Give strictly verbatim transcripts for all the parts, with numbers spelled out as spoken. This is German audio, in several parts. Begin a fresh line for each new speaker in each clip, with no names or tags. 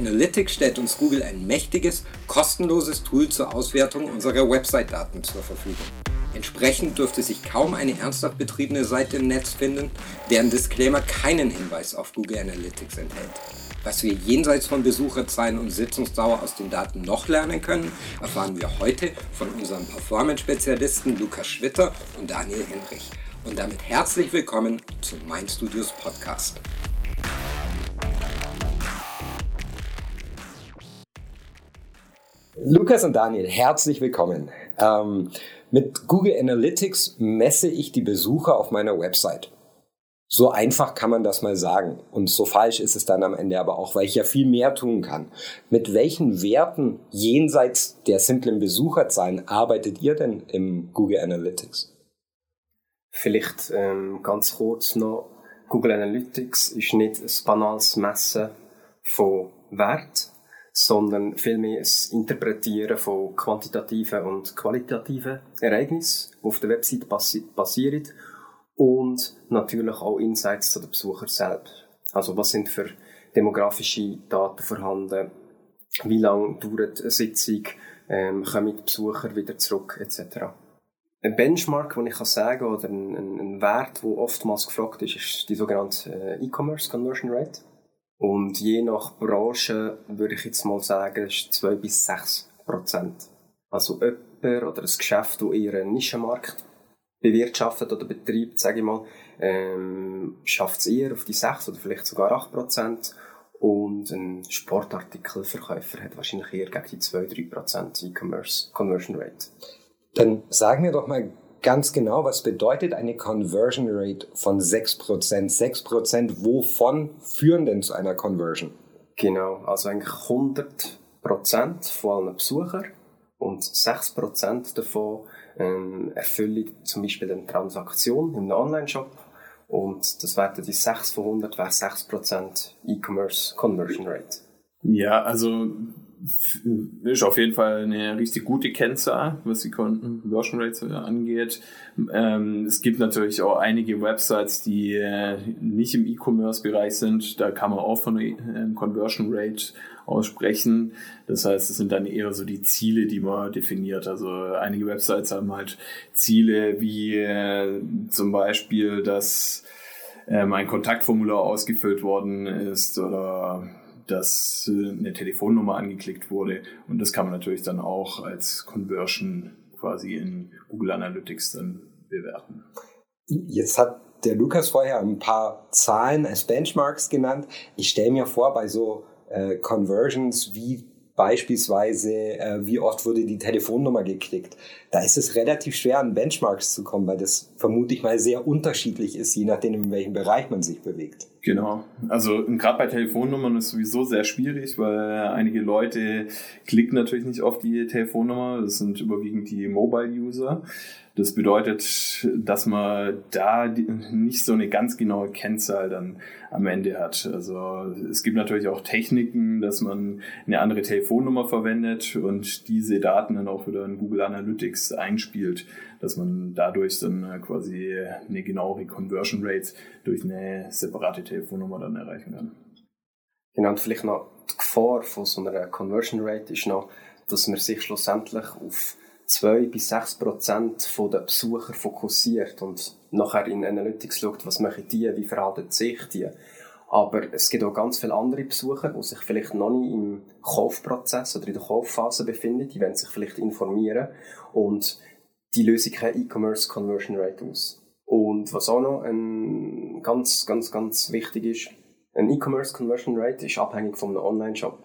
Analytics stellt uns Google ein mächtiges, kostenloses Tool zur Auswertung unserer Website-Daten zur Verfügung. Entsprechend dürfte sich kaum eine ernsthaft betriebene Seite im Netz finden, deren Disclaimer keinen Hinweis auf Google Analytics enthält. Was wir jenseits von Besucherzahlen und Sitzungsdauer aus den Daten noch lernen können, erfahren wir heute von unseren Performance-Spezialisten Lukas Schwitter und Daniel Henrich. Und damit herzlich willkommen zum MindStudios Podcast. Lukas und Daniel, herzlich willkommen. Ähm, mit Google Analytics messe ich die Besucher auf meiner Website. So einfach kann man das mal sagen. Und so falsch ist es dann am Ende aber auch, weil ich ja viel mehr tun kann. Mit welchen Werten jenseits der simplen Besucherzahlen arbeitet ihr denn im Google Analytics?
Vielleicht ähm, ganz kurz noch. Google Analytics ist nicht ein banales Messen von Wert, sondern vielmehr ein Interpretieren von quantitativen und qualitativen Ereignissen, die auf der Website basieren. Und natürlich auch Insights zu den Besuchern selbst. Also was sind für demografische Daten vorhanden, wie lange dauert eine Sitzung, ähm, kommen die Besucher wieder zurück, et cetera. Ein Benchmark, den ich sagen kann, oder ein, ein, ein Wert, der oftmals gefragt ist, ist die sogenannte äh, E-Commerce Conversion Rate. Und je nach Branche würde ich jetzt mal sagen, ist zwei bis sechs Prozent. Also jemand oder ein Geschäft, das eher einen Nischenmarkt bewirtschaftet oder betreibt, sage ich mal, ähm, schafft es eher auf die sechs oder vielleicht sogar acht Prozent. Und ein Sportartikelverkäufer hat wahrscheinlich eher gegen die zwei bis drei Prozent E-Commerce Conversion Rate.
Dann sagen wir doch mal ganz genau, was bedeutet eine Conversion Rate von sechs Prozent? sechs Prozent wovon führen denn zu einer Conversion?
Genau, also eigentlich hundert Prozent von allen Besuchern und sechs Prozent davon ähm, erfüllen zum Beispiel eine Transaktion in einem Online-Shop. Und das wäre die sechs von hundert, wäre sechs Prozent E-Commerce Conversion Rate.
Ja, also ist auf jeden Fall eine richtig gute Kennzahl, was die Conversion Rates angeht. Ähm, es gibt natürlich auch einige Websites, die äh, nicht im E-Commerce-Bereich sind. Da kann man auch von einer Conversion Rate aussprechen. Das heißt, es sind dann eher so die Ziele, die man definiert. Also einige Websites haben halt Ziele wie äh, zum Beispiel, dass ähm, ein Kontaktformular ausgefüllt worden ist oder dass eine Telefonnummer angeklickt wurde, und das kann man natürlich dann auch als Conversion quasi in Google Analytics dann bewerten.
Jetzt hat der Lukas vorher ein paar Zahlen als Benchmarks genannt. Ich stelle mir vor, bei so äh, Conversions wie beispielsweise, äh, wie oft wurde die Telefonnummer geklickt, da ist es relativ schwer, an Benchmarks zu kommen, weil das vermute ich mal sehr unterschiedlich ist, je nachdem, in welchem Bereich man sich bewegt.
Genau, also gerade bei Telefonnummern ist es sowieso sehr schwierig, weil einige Leute klicken natürlich nicht auf die Telefonnummer, das sind überwiegend die Mobile-User. Das bedeutet, dass man da nicht so eine ganz genaue Kennzahl dann am Ende hat. Also es gibt natürlich auch Techniken, dass man eine andere Telefonnummer verwendet und diese Daten dann auch wieder in Google Analytics einspielt, dass man dadurch dann quasi eine genauere Conversion Rate durch eine separate Telefonnummer dann erreichen kann.
Genau, und vielleicht noch die Gefahr von so einer Conversion Rate ist noch, dass man sich schlussendlich auf zwei bis sechs Prozent der Besucher fokussiert und nachher in Analytics schaut, was machen die, wie verhalten sich die. Aber es gibt auch ganz viele andere Besucher, die sich vielleicht noch nicht im Kaufprozess oder in der Kaufphase befinden. Die wollen sich vielleicht informieren und die lösen keine E-Commerce Conversion Rate aus. Und was auch noch ein ganz, ganz, ganz wichtig ist, eine E-Commerce Conversion Rate ist abhängig von einem Online-Shop.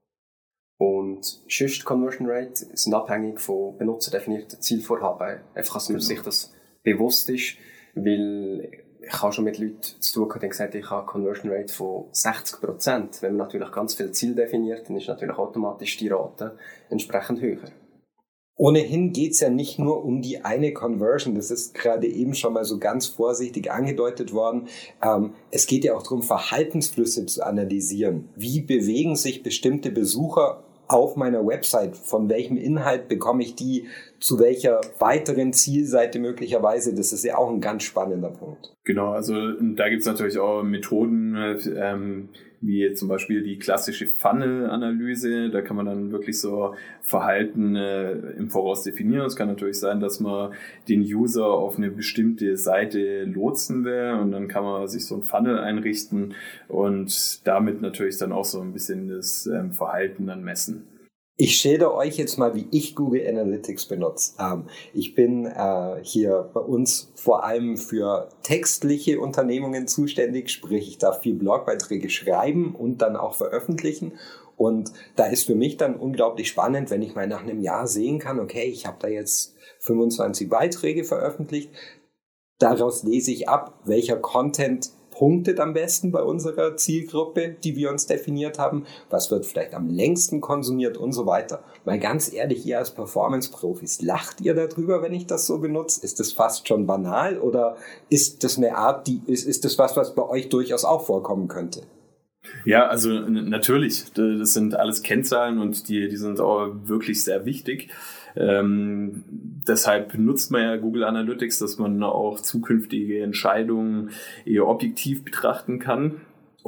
Und sonst Conversion Rate sind abhängig von benutzerdefinierten Zielvorhaben. Einfach, dass man sich das bewusst ist, weil ich habe schon mit Leuten zu tun gehabt, die gesagt haben, ich habe eine Conversion Rate von sechzig Prozent. Wenn man natürlich ganz viel Ziel definiert, dann ist natürlich automatisch die Rate entsprechend höher.
Ohnehin geht's ja nicht nur um die eine Conversion, das ist gerade eben schon mal so ganz vorsichtig angedeutet worden. Ähm, es geht ja auch darum, Verhaltensflüsse zu analysieren. Wie bewegen sich bestimmte Besucher auf meiner Website? Von welchem Inhalt bekomme ich die zu welcher weiteren Zielseite möglicherweise. Das ist ja auch ein ganz spannender Punkt.
Genau, also da gibt es natürlich auch Methoden, ähm, wie zum Beispiel die klassische Funnel-Analyse. Da kann man dann wirklich so Verhalten äh, im Voraus definieren. Es kann natürlich sein, dass man den User auf eine bestimmte Seite lotsen will und dann kann man sich so ein Funnel einrichten und damit natürlich dann auch so ein bisschen das ähm, Verhalten dann messen.
Ich schilder euch jetzt mal, wie ich Google Analytics benutze. Ähm, ich bin äh, hier bei uns vor allem für textliche Unternehmungen zuständig, sprich ich darf viel Blogbeiträge schreiben und dann auch veröffentlichen. Und da ist für mich dann unglaublich spannend, wenn ich mal nach einem Jahr sehen kann, okay, ich habe da jetzt fünfundzwanzig Beiträge veröffentlicht. Daraus lese ich ab, welcher Content punktet am besten bei unserer Zielgruppe, die wir uns definiert haben, was wird vielleicht am längsten konsumiert und so weiter. Mal ganz ehrlich, ihr als Performance-Profis, lacht ihr darüber, wenn ich das so benutze? Ist das fast schon banal oder ist das eine Art, die ist, ist das was, was bei euch durchaus auch vorkommen könnte?
Ja, also natürlich, das sind alles Kennzahlen und die, die sind auch wirklich sehr wichtig. Ähm, deshalb nutzt man ja Google Analytics, dass man auch zukünftige Entscheidungen eher objektiv betrachten kann.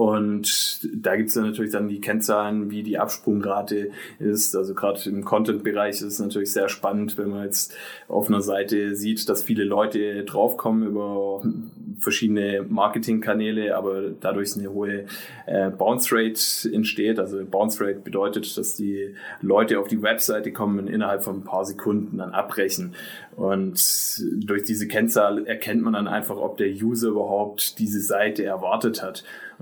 Und da gibt es ja natürlich dann die Kennzahlen, wie die Absprungrate ist. Also gerade im Content-Bereich ist es natürlich sehr spannend, wenn man jetzt auf einer Seite sieht, dass viele Leute draufkommen über verschiedene Marketingkanäle, aber dadurch eine hohe äh, Bounce Rate entsteht. Also Bounce Rate bedeutet, dass die Leute auf die Webseite kommen und innerhalb von ein paar Sekunden dann abbrechen. Und durch diese Kennzahl erkennt man dann einfach, ob der User überhaupt diese Seite erwartet hat.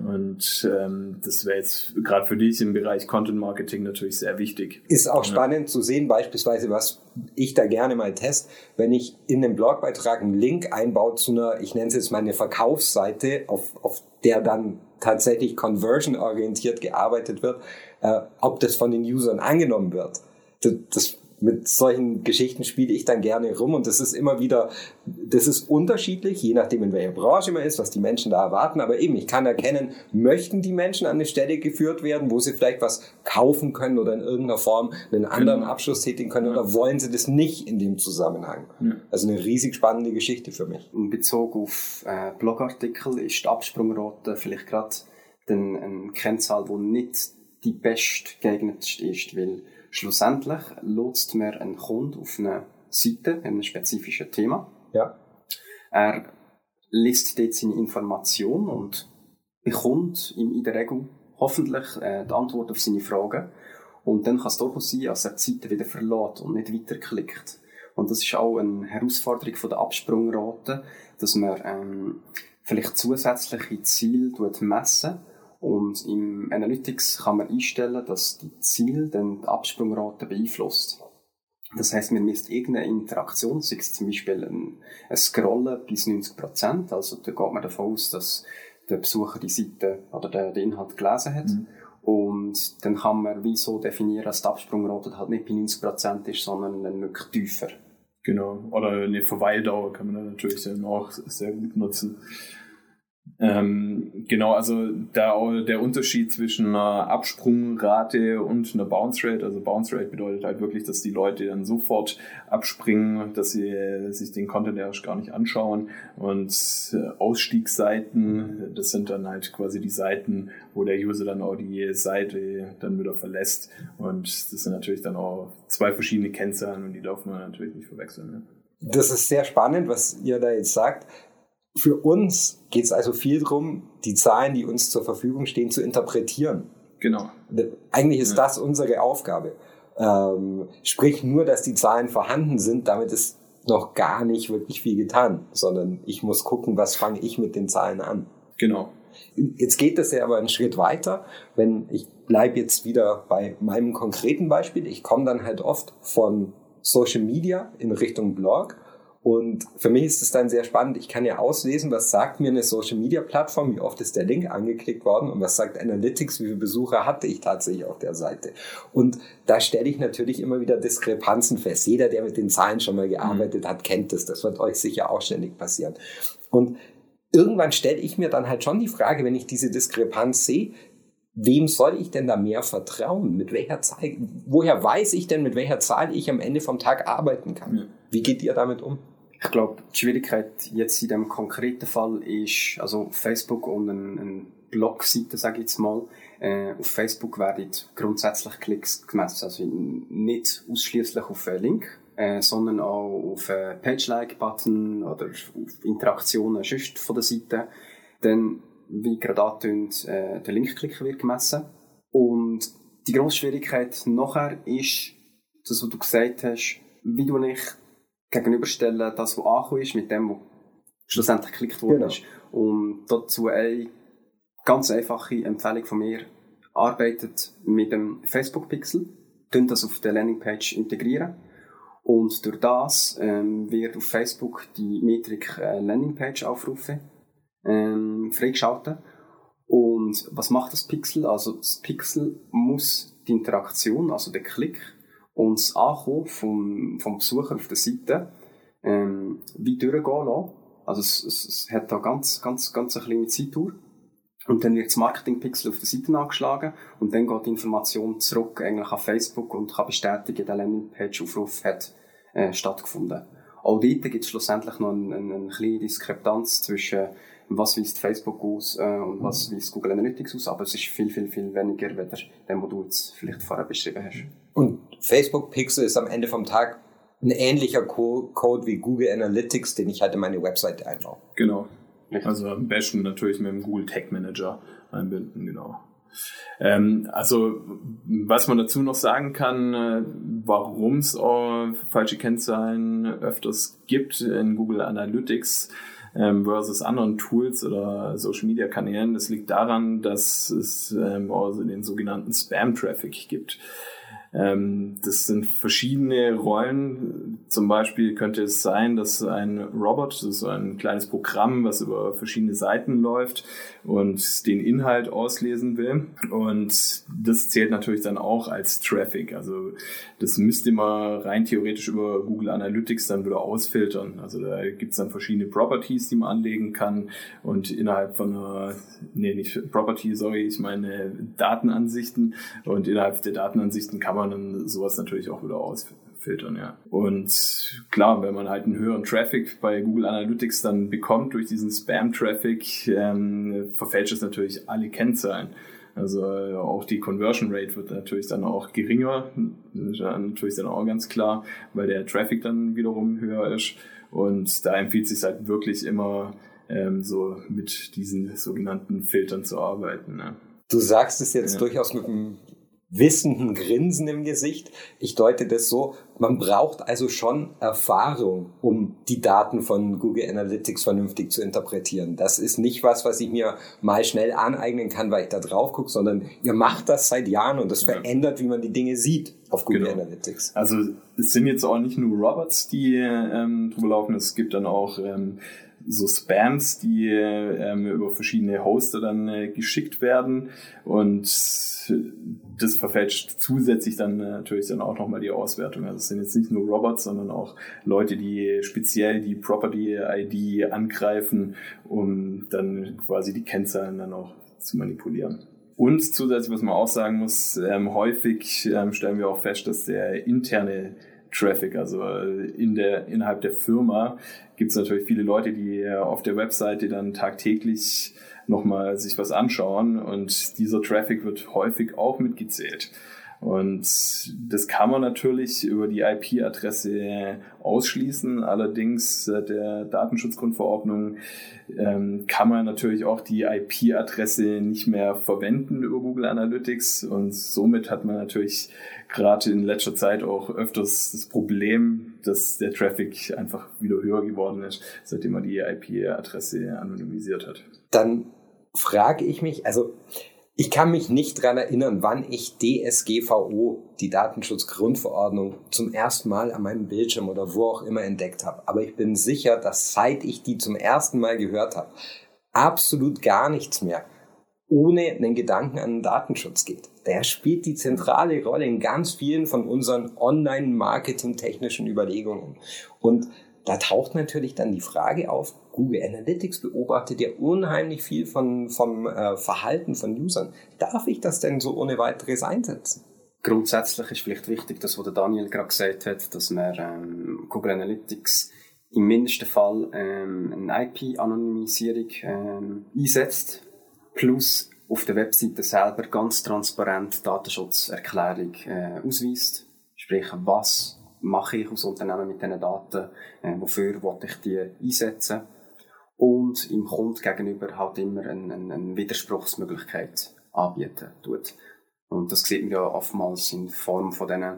Und ähm, das wäre jetzt gerade für dich im Bereich Content Marketing natürlich sehr wichtig.
Ist auch spannend zu sehen, beispielsweise, was ich da gerne mal teste, wenn ich in einem Blogbeitrag einen Link einbaue zu einer, ich nenne es jetzt mal eine Verkaufsseite, auf, auf der dann tatsächlich conversion-orientiert gearbeitet wird, äh, ob das von den Usern angenommen wird. Das, das mit solchen Geschichten spiele ich dann gerne rum und das ist immer wieder, das ist unterschiedlich, je nachdem in welcher Branche man ist, was die Menschen da erwarten, aber eben, ich kann erkennen, möchten die Menschen an eine Stelle geführt werden, wo sie vielleicht was kaufen können oder in irgendeiner Form einen anderen genau. Abschluss tätigen können oder wollen sie das nicht in dem Zusammenhang? Ja. Also eine riesig spannende Geschichte für mich.
In Bezug auf äh, Blogartikel ist die Absprungrate vielleicht gerade eine Kennzahl, die nicht die bestgeeignetste ist, weil schlussendlich lotst man einen Kunden auf eine Seite, in einem spezifischen Thema.
Ja.
Er liest dort seine Information und bekommt ihm in der Regel hoffentlich äh, die Antwort auf seine Fragen. Und dann kann es durchaus sein, dass er die Seite wieder verlässt und nicht weiterklickt. Und das ist auch eine Herausforderung von der Absprungrate, dass man ähm, vielleicht zusätzliche Ziele messen. Und im Analytics kann man einstellen, dass die Ziele dann die Absprungrate beeinflusst. Das heisst, man misst irgendeine Interaktion, sei es zum Beispiel ein, ein Scrollen bis neunzig Prozent. Also da geht man davon aus, dass der Besucher die Seite oder den, den Inhalt gelesen hat. Mhm. Und dann kann man wie so definieren, dass die Absprungrate halt nicht bei neunzig Prozent ist, sondern dann wirklich tiefer.
Genau. Oder eine Verweildauer kann man dann natürlich dann auch sehr gut nutzen. Ähm, genau, also da auch der Unterschied zwischen einer Absprungrate und einer Bounce Rate. Also Bounce Rate bedeutet halt wirklich, dass die Leute dann sofort abspringen, dass sie sich den Content erst gar nicht anschauen. Und Ausstiegsseiten, das sind dann halt quasi die Seiten, wo der User dann auch die Seite dann wieder verlässt. Und das sind natürlich dann auch zwei verschiedene Kennzahlen und die darf man natürlich nicht verwechseln. Ne?
Das ist sehr spannend, was ihr da jetzt sagt. Für uns geht es also viel darum, die Zahlen, die uns zur Verfügung stehen, zu interpretieren.
Genau.
Eigentlich ist ja. das unsere Aufgabe. Ähm, sprich nur, dass die Zahlen vorhanden sind, damit ist noch gar nicht wirklich viel getan, sondern ich muss gucken, was fange ich mit den Zahlen an.
Genau.
Jetzt geht das ja aber einen Schritt weiter. Wenn ich bleibe jetzt wieder bei meinem konkreten Beispiel, ich komme dann halt oft von Social Media in Richtung Blog. Und für mich ist es dann sehr spannend. Ich kann ja auslesen, was sagt mir eine Social-Media-Plattform, wie oft ist der Link angeklickt worden und was sagt Analytics, wie viele Besucher hatte ich tatsächlich auf der Seite. Und da stelle ich natürlich immer wieder Diskrepanzen fest. Jeder, der mit den Zahlen schon mal gearbeitet mhm. hat, kennt das. Das wird euch sicher auch ständig passieren. Und irgendwann stelle ich mir dann halt schon die Frage, wenn ich diese Diskrepanz sehe, wem soll ich denn da mehr vertrauen? Mit welcher Zahl, woher weiß ich denn, mit welcher Zahl ich am Ende vom Tag arbeiten kann? Ja. Wie geht ihr damit um?
Ich glaube, die Schwierigkeit jetzt in dem konkreten Fall ist, also Facebook und eine, eine Blogseite, sage ich jetzt mal, äh, auf Facebook werden grundsätzlich Klicks gemessen, also nicht ausschließlich auf einen Link, äh, sondern auch auf einen Page-Like-Button oder auf Interaktionen sonst von der Seite. Dann, wie gerade angetönt, äh, der Link-Klick wird gemessen. Und die grosse Schwierigkeit nachher ist, das, was du gesagt hast, wie du nicht gegenüberstellen, das, was angekommen ist, mit dem, was schlussendlich geklickt worden ist. Genau. Und dazu eine ganz einfache Empfehlung von mir: arbeitet mit dem Facebook-Pixel, könnt das auf der Landingpage integrieren und durch das ähm, wird auf Facebook die Metrik äh, Landingpage-Aufrufe ähm, freigeschaltet. Und was macht das Pixel? Also das Pixel muss die Interaktion, also den Klick und das Ankommen vom, vom Besucher auf der Seite ähm, wie durchgehen lassen. Also es, es, es hat da ganz, ganz, ganz eine kleine Zeitdauer. Und dann wird das Marketing-Pixel auf der Seite angeschlagen und dann geht die Information zurück eigentlich an Facebook und kann bestätigen, der Landingpage-Aufruf hat äh, stattgefunden. Auch dort gibt es schlussendlich noch eine, eine, eine kleine Diskrepanz zwischen was weist Facebook aus äh, und was weist Google Analytics aus, aber es ist viel, viel, viel weniger, als dem, was du jetzt vielleicht vorher beschrieben hast.
Und Facebook Pixel ist am Ende vom Tag ein ähnlicher Co- Code wie Google Analytics, den ich halt in meine Webseite einbaue.
Genau. Also am besten natürlich mit dem Google Tag Manager einbinden, genau. Ähm, also was man dazu noch sagen kann, äh, warum es auch falsche Kennzahlen öfters gibt in Google Analytics ähm, versus anderen Tools oder Social Media Kanälen, das liegt daran, dass es ähm, also den sogenannten Spam-Traffic gibt. Ähm, das sind verschiedene Rollen. Zum Beispiel könnte es sein, dass ein Robot, das ist so ein kleines Programm, was über verschiedene Seiten läuft und den Inhalt auslesen will. Und das zählt natürlich dann auch als Traffic. Also das müsste man rein theoretisch über Google Analytics dann wieder ausfiltern. Also da gibt es dann verschiedene Properties, die man anlegen kann. Und innerhalb von einer, nee, nicht Property, sorry, ich meine Datenansichten. Und innerhalb der Datenansichten kann man dann sowas natürlich auch wieder ausfiltern, ja. Und klar, wenn man halt einen höheren Traffic bei Google Analytics dann bekommt durch diesen Spam-Traffic, ähm, verfälscht es natürlich alle Kennzahlen. Also äh, auch die Conversion Rate wird natürlich dann auch geringer, natürlich dann auch ganz klar, weil der Traffic dann wiederum höher ist. Und da empfiehlt es sich halt wirklich immer ähm, so mit diesen sogenannten Filtern zu arbeiten. Ne?
Du sagst es jetzt
ja.
durchaus mit einem wissenden Grinsen im Gesicht. Ich deute das so, man braucht also schon Erfahrung, um die Daten von Google Analytics vernünftig zu interpretieren. Das ist nicht was, was ich mir mal schnell aneignen kann, weil ich da drauf gucke, sondern ihr macht das seit Jahren und das ja. verändert, wie man die Dinge sieht auf Google genau. Analytics.
Also es sind jetzt auch nicht nur Robots, die ähm, drüber laufen, es gibt dann auch ähm, so Spams, die ähm, über verschiedene Hoster dann äh, geschickt werden und das verfälscht zusätzlich dann äh, natürlich dann auch nochmal die Auswertung. Also es sind jetzt nicht nur Robots, sondern auch Leute, die speziell die Property-I D angreifen, um dann quasi die Kennzahlen dann auch zu manipulieren. Und zusätzlich, was man auch sagen muss, ähm, häufig ähm, stellen wir auch fest, dass der interne Traffic, also in der, innerhalb der Firma gibt es natürlich viele Leute, die auf der Webseite dann tagtäglich nochmal sich was anschauen und dieser Traffic wird häufig auch mitgezählt. Und das kann man natürlich über die I P-Adresse ausschließen. Allerdings seit der Datenschutzgrundverordnung ähm, kann man natürlich auch die I P-Adresse nicht mehr verwenden über Google Analytics. Und somit hat man natürlich gerade in letzter Zeit auch öfters das Problem, dass der Traffic einfach wieder höher geworden ist, seitdem man die I P-Adresse anonymisiert hat.
Dann frage ich mich, also ich kann mich nicht dran erinnern, wann ich D S G V O, die Datenschutzgrundverordnung, zum ersten Mal an meinem Bildschirm oder wo auch immer entdeckt habe. Aber ich bin sicher, dass seit ich die zum ersten Mal gehört habe, absolut gar nichts mehr ohne einen Gedanken an den Datenschutz geht. Der spielt die zentrale Rolle in ganz vielen von unseren online-marketing-technischen Überlegungen. Und da taucht natürlich dann die Frage auf, Google Analytics beobachtet ja unheimlich viel von, vom äh, Verhalten von Usern. Darf ich das denn so ohne weiteres einsetzen?
Grundsätzlich ist vielleicht wichtig, das, was der Daniel gerade gesagt hat, dass man ähm, Google Analytics im mindesten Fall ähm, eine I P-Anonymisierung ähm, einsetzt, plus auf der Webseite selber ganz transparent Datenschutzerklärung äh, ausweist. Sprich, was mache ich als Unternehmen mit diesen Daten, äh, wofür will ich die einsetzen, und im Kunden gegenüber halt immer eine, eine Widerspruchsmöglichkeit anbieten tut. Und das sieht man ja oftmals in Form von diesen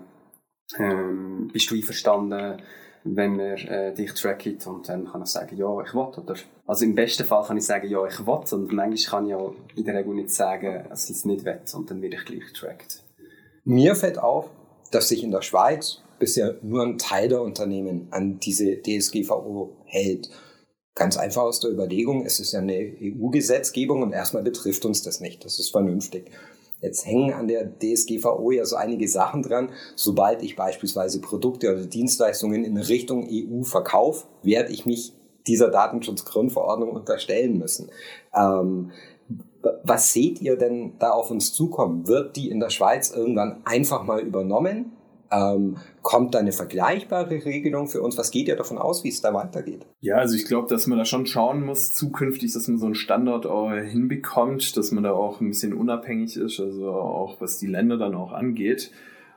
ähm, «Bist du einverstanden, wenn wir äh, dich tracken?» Und dann kann ich sagen, ja, ich will. Oder, also im besten Fall kann ich sagen, ja, ich will. Und manchmal kann ich auch in der Regel nicht sagen, dass ich es nicht will. Und dann werde ich gleich getrackt.
Mir fällt auf, dass sich in der Schweiz bisher nur ein Teil der Unternehmen an diese D S G V O hält. Ganz einfach aus der Überlegung, es ist ja eine E U-Gesetzgebung und erstmal betrifft uns das nicht. Das ist vernünftig. Jetzt hängen an der D S G V O ja so einige Sachen dran. Sobald ich beispielsweise Produkte oder Dienstleistungen in Richtung E U verkaufe, werde ich mich dieser Datenschutzgrundverordnung unterstellen müssen. Ähm, was seht ihr denn da auf uns zukommen? Wird die in der Schweiz irgendwann einfach mal übernommen? Ähm, kommt da eine vergleichbare Regelung für uns? Was geht ihr davon aus, wie es da weitergeht?
Ja, also ich glaube, dass man da schon schauen muss, zukünftig, dass man so einen Standard auch hinbekommt, dass man da auch ein bisschen unabhängig ist, also auch was die Länder dann auch angeht.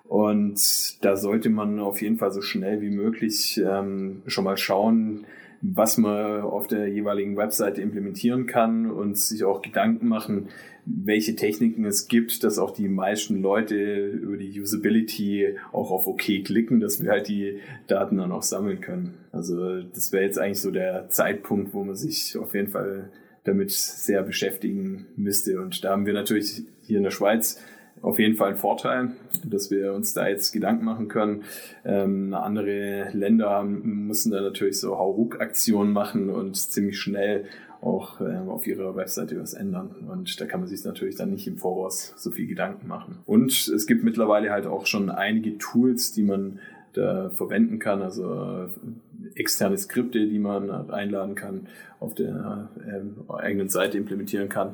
Und da sollte man auf jeden Fall so schnell wie möglich ähm, schon mal schauen, was man auf der jeweiligen Webseite implementieren kann und sich auch Gedanken machen, welche Techniken es gibt, dass auch die meisten Leute über die Usability auch auf OK klicken, dass wir halt die Daten dann auch sammeln können. Also das wäre jetzt eigentlich so der Zeitpunkt, wo man sich auf jeden Fall damit sehr beschäftigen müsste. Und da haben wir natürlich hier in der Schweiz auf jeden Fall einen Vorteil, dass wir uns da jetzt Gedanken machen können. Ähm, andere Länder müssen da natürlich so Hauruck-Aktionen machen und ziemlich schnell auch äh, auf ihrer Webseite was ändern. Und da kann man sich natürlich dann nicht im Voraus so viel Gedanken machen. Und es gibt mittlerweile halt auch schon einige Tools, die man da verwenden kann, also äh, externe Skripte, die man einladen kann, auf der äh, eigenen Seite implementieren kann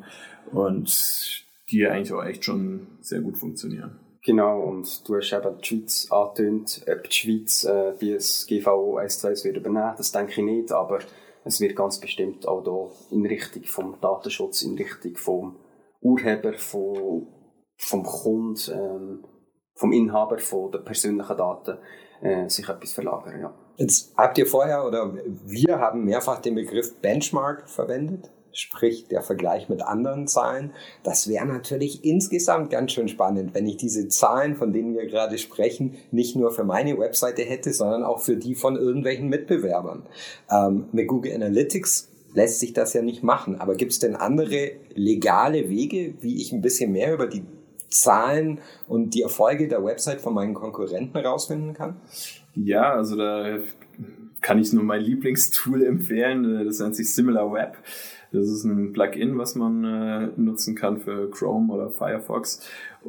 und die eigentlich auch echt schon sehr gut funktionieren.
Genau, und du hast eben die Schweiz angetönt, ob die Schweiz äh, die das G V O eins zu eins wird übernehmen, das denke ich nicht, aber es wird ganz bestimmt auch hier in Richtung vom Datenschutz, in Richtung vom Urheber, vom, vom Kunden, ähm, vom Inhaber von der persönlichen Daten äh, sich etwas verlagern. Ja.
Jetzt habt ihr vorher oder wir haben mehrfach den Begriff Benchmark verwendet, sprich der Vergleich mit anderen Zahlen. Das wäre natürlich insgesamt ganz schön spannend, wenn ich diese Zahlen, von denen wir gerade sprechen, nicht nur für meine Webseite hätte, sondern auch für die von irgendwelchen Mitbewerbern. Ähm, mit Google Analytics lässt sich das ja nicht machen. Aber gibt es denn andere legale Wege, wie ich ein bisschen mehr über die Zahlen und die Erfolge der Website von meinen Konkurrenten herausfinden kann?
Ja, also da kann ich nur mein Lieblingstool empfehlen. Das nennt sich SimilarWeb. Das ist ein Plugin, was man äh, nutzen kann für Chrome oder Firefox.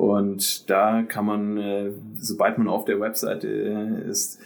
Und da kann man, äh, sobald man auf der Webseite äh, ist,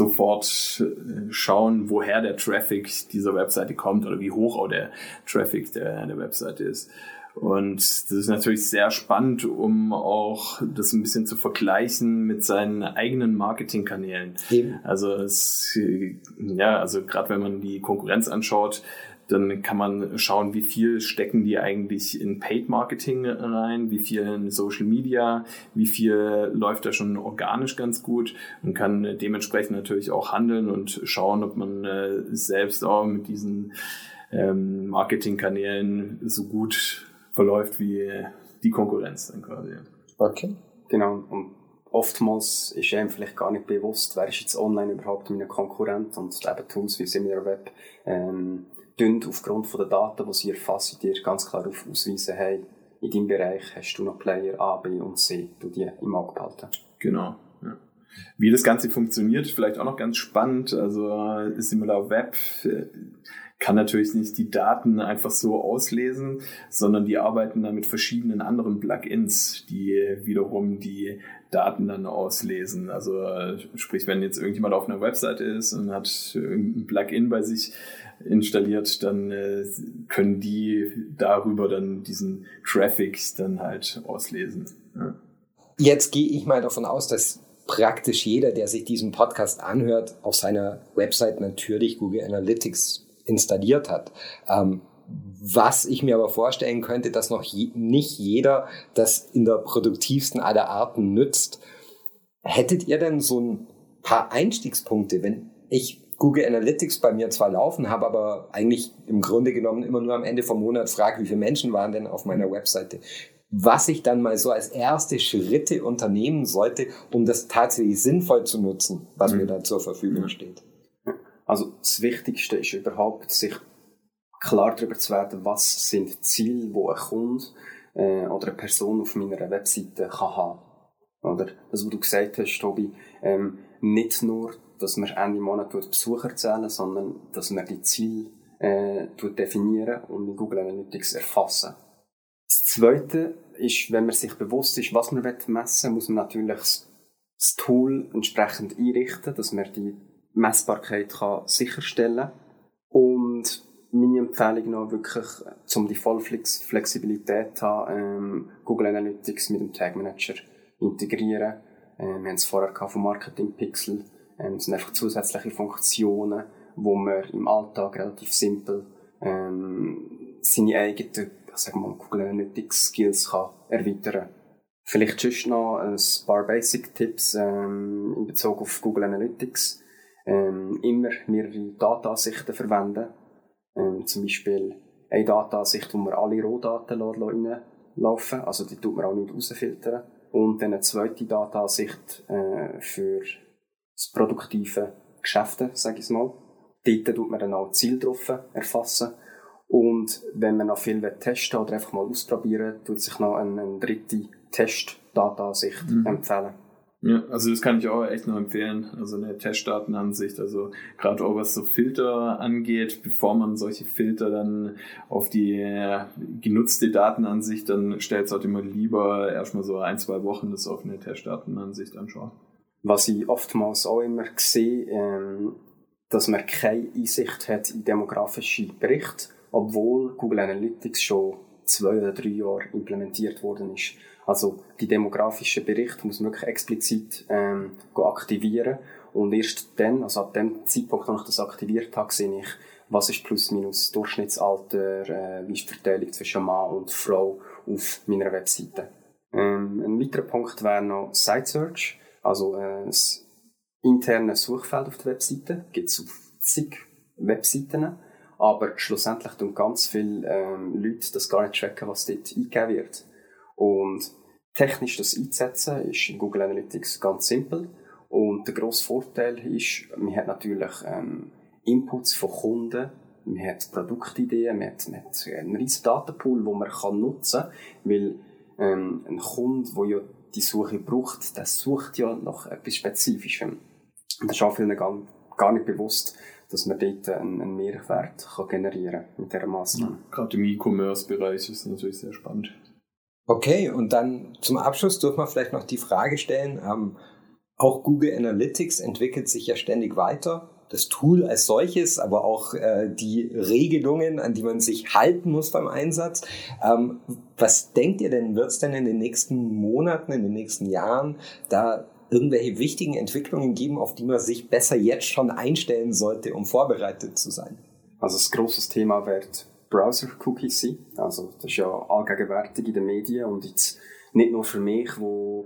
sofort äh, schauen, woher der Traffic dieser Webseite kommt oder wie hoch auch der Traffic der, der Webseite ist. Und das ist natürlich sehr spannend, um auch das ein bisschen zu vergleichen mit seinen eigenen Marketingkanälen. Eben. Also es, ja, also gerade wenn man die Konkurrenz anschaut, dann kann man schauen, wie viel stecken die eigentlich in Paid-Marketing rein, wie viel in Social Media, wie viel läuft da schon organisch ganz gut und kann dementsprechend natürlich auch handeln und schauen, ob man äh, selbst auch mit diesen ähm, Marketingkanälen so gut verläuft wie die Konkurrenz dann quasi.
Okay. Genau. Und oftmals ist einem vielleicht gar nicht bewusst, wer ist jetzt online überhaupt mein Konkurrent, und eben Tools wie SimilarWeb ähm, aufgrund von der Daten, die sie erfassen, dir ganz klar auf ausweisen, hey, in deinem Bereich hast du noch Player A, B und C, du die im Auge behalten.
Genau. Ja. Wie das Ganze funktioniert, ist vielleicht auch noch ganz spannend. Also SimilarWeb kann natürlich nicht die Daten einfach so auslesen, sondern die arbeiten dann mit verschiedenen anderen Plugins, die wiederum die Daten dann auslesen. Also sprich, wenn jetzt irgendjemand auf einer Webseite ist und hat ein Plugin bei sich installiert, dann äh, können die darüber dann diesen Traffic dann halt auslesen. Ja.
Jetzt gehe ich mal davon aus, dass praktisch jeder, der sich diesen Podcast anhört, auf seiner Website natürlich Google Analytics installiert hat. Ähm, was ich mir aber vorstellen könnte, dass noch je, nicht jeder das in der produktivsten aller Arten nützt. Hättet ihr denn so ein paar Einstiegspunkte, wenn ich Google Analytics bei mir zwar laufen habe, aber eigentlich im Grunde genommen immer nur am Ende vom Monat frage, wie viele Menschen waren denn auf meiner Webseite? Was ich dann mal so als erste Schritte unternehmen sollte, um das tatsächlich sinnvoll zu nutzen, was mhm. mir da zur Verfügung steht.
Also das Wichtigste ist überhaupt, sich klar darüber zu werden, was sind die Ziele, die ein Kunde äh, oder eine Person auf meiner Webseite kann haben. Oder das, was du gesagt hast, Tobi, ähm, nicht nur, dass wir Ende Monat Besucher zählen, sondern dass wir die Ziele äh, definieren und in Google Analytics erfassen. Das Zweite ist, wenn man sich bewusst ist, was man messen will, muss man natürlich das Tool entsprechend einrichten, dass man die Messbarkeit kann sicherstellen kann. Und meine Empfehlung noch wirklich, um die Vollflexibilität zu haben, ähm, Google Analytics mit dem Tag Manager integrieren. Ähm, wir haben es vorher gehabt vom Marketing Pixel. Ähm, das sind einfach zusätzliche Funktionen, wo man im Alltag relativ simpel ähm, seine eigenen, sagen wir mal, Google Analytics Skills kann erweitern kann. Vielleicht sonst noch ein paar Basic Tipps ähm, in Bezug auf Google Analytics. Ähm, immer mehrere Datenansichten verwenden. Ähm, zum Beispiel eine Datenansicht, wo wir alle Rohdaten reinlaufen, also die tut man auch nicht rausfiltern. Und dann eine zweite Datenansicht äh, für das produktive Geschäfte, sage ich mal. Dort tut man dann auch Ziel drauf erfassen. Und wenn man noch viel testen oder einfach mal ausprobieren, tut sich noch eine, eine dritte Test-Datenansicht mhm. empfehlen.
Ja, also das kann ich auch echt noch empfehlen, also eine Testdatenansicht, also gerade auch was so Filter angeht, bevor man solche Filter dann auf die äh, genutzte Datenansicht, dann stellt es halt immer lieber erstmal so ein, zwei Wochen das auf eine Testdatenansicht anschauen.
Was ich oftmals auch immer sehe, ähm, dass man keine Einsicht hat in demografische Berichte, obwohl Google Analytics schon zwei oder drei Jahre implementiert worden ist. Also die demografischen Berichte muss man wirklich explizit ähm, aktivieren und erst dann, also ab dem Zeitpunkt, als ich das aktiviert habe, sehe ich, was ist plus minus Durchschnittsalter, äh, wie ist die Verteilung zwischen Mann und Frau auf meiner Webseite. Ähm, ein weiterer Punkt wäre noch Site Search, also äh, das interne Suchfeld auf der Webseite, gibt es auf zig Webseiten, aber schlussendlich tun ganz viele ähm, Leute das gar nicht tracken, was dort eingegeben wird. Und technisch das einzusetzen ist in Google Analytics ganz simpel. Und der grosse Vorteil ist, man hat natürlich ähm, Inputs von Kunden, man hat Produktideen, man hat, man hat einen riesen Datenpool, den man kann nutzen kann, weil ähm, ein Kunde, der ja die Suche braucht, der sucht ja nach etwas Spezifischem. Und das ist auch vielen gar, gar nicht bewusst, dass man dort einen, einen Mehrwert kann generieren kann mit dieser Massnahme.
Ja, gerade im E-Commerce-Bereich ist das natürlich sehr spannend.
Okay, und dann zum Abschluss dürfen wir vielleicht noch die Frage stellen, ähm, auch Google Analytics entwickelt sich ja ständig weiter. Das Tool als solches, aber auch äh, die Regelungen, an die man sich halten muss beim Einsatz. Ähm, was denkt ihr denn, wird es denn in den nächsten Monaten, in den nächsten Jahren da irgendwelche wichtigen Entwicklungen geben, auf die man sich besser jetzt schon einstellen sollte, um vorbereitet zu sein?
Also das grosses Thema wird Browser-Cookies sein. Also das ist ja allgegenwärtig in den Medien und jetzt nicht nur für mich, wo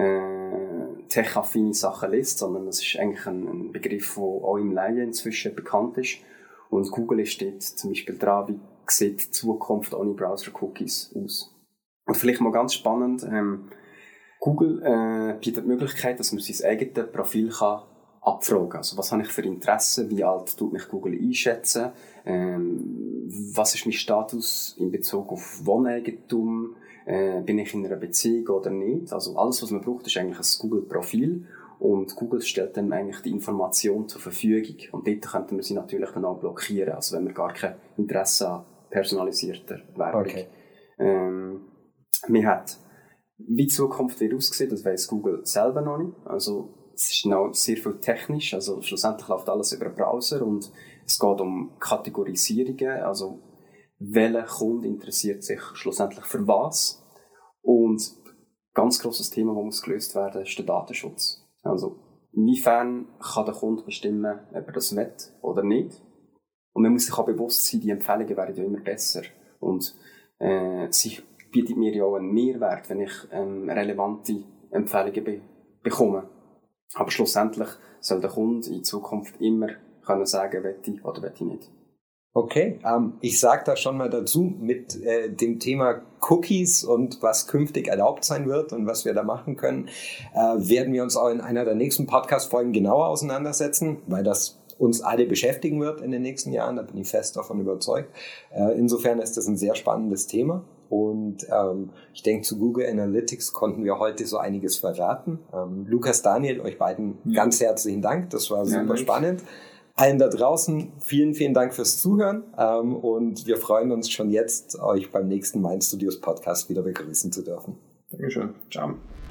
äh, tech-affine Sachen liest, sondern das ist eigentlich ein, ein Begriff, der auch im Laien inzwischen bekannt ist. Und Google steht zum Beispiel dran, wie sieht die Zukunft ohne Browser-Cookies aus. Und vielleicht mal ganz spannend, ähm, Google äh, bietet die Möglichkeit, dass man sein eigenes Profil kann abfragen kann. Also was habe ich für Interessen, wie alt tut mich Google einschätzen, ähm, was ist mein Status in Bezug auf Wohneigentum, äh, bin ich in einer Beziehung oder nicht. Also alles, was man braucht, ist eigentlich ein Google-Profil Und Google stellt dann eigentlich die Information zur Verfügung. Und dort könnten wir sie natürlich dann auch blockieren, also wenn wir gar kein Interesse an personalisierter Werbung.
Okay.
Ähm, wir haben, wie die Zukunft wird aussehen, das weiss Google selber noch nicht. Also es ist noch sehr viel technisch, also schlussendlich läuft alles über den Browser und es geht um Kategorisierungen, also welcher Kunde interessiert sich schlussendlich für was. Und ein ganz grosses Thema, das muss gelöst werden, ist der Datenschutz. Also inwiefern kann der Kunde bestimmen, ob er das will oder nicht. Und man muss sich auch bewusst sein, die Empfehlungen werden ja immer besser. Und äh, sie bietet mir ja auch einen Mehrwert, wenn ich ähm, relevante Empfehlungen be- bekomme. Aber schlussendlich soll der Kunde in Zukunft immer können sagen, will ich oder will ich nicht.
Okay, ähm, ich sage da schon mal dazu, mit äh, dem Thema Cookies und was künftig erlaubt sein wird und was wir da machen können, äh, werden wir uns auch in einer der nächsten Podcast-Folgen genauer auseinandersetzen, weil das uns alle beschäftigen wird in den nächsten Jahren, da bin ich fest davon überzeugt. Äh, insofern ist das ein sehr spannendes Thema. Und ähm, ich denke, zu Google Analytics konnten wir heute so einiges verraten. Ähm, Lukas, Daniel, euch beiden ja. ganz herzlichen Dank. Das war super ja, spannend. Allen da draußen vielen, vielen Dank fürs Zuhören. Ähm, und wir freuen uns schon jetzt, euch beim nächsten Mind Studios Podcast wieder begrüßen zu dürfen.
Dankeschön. Ciao.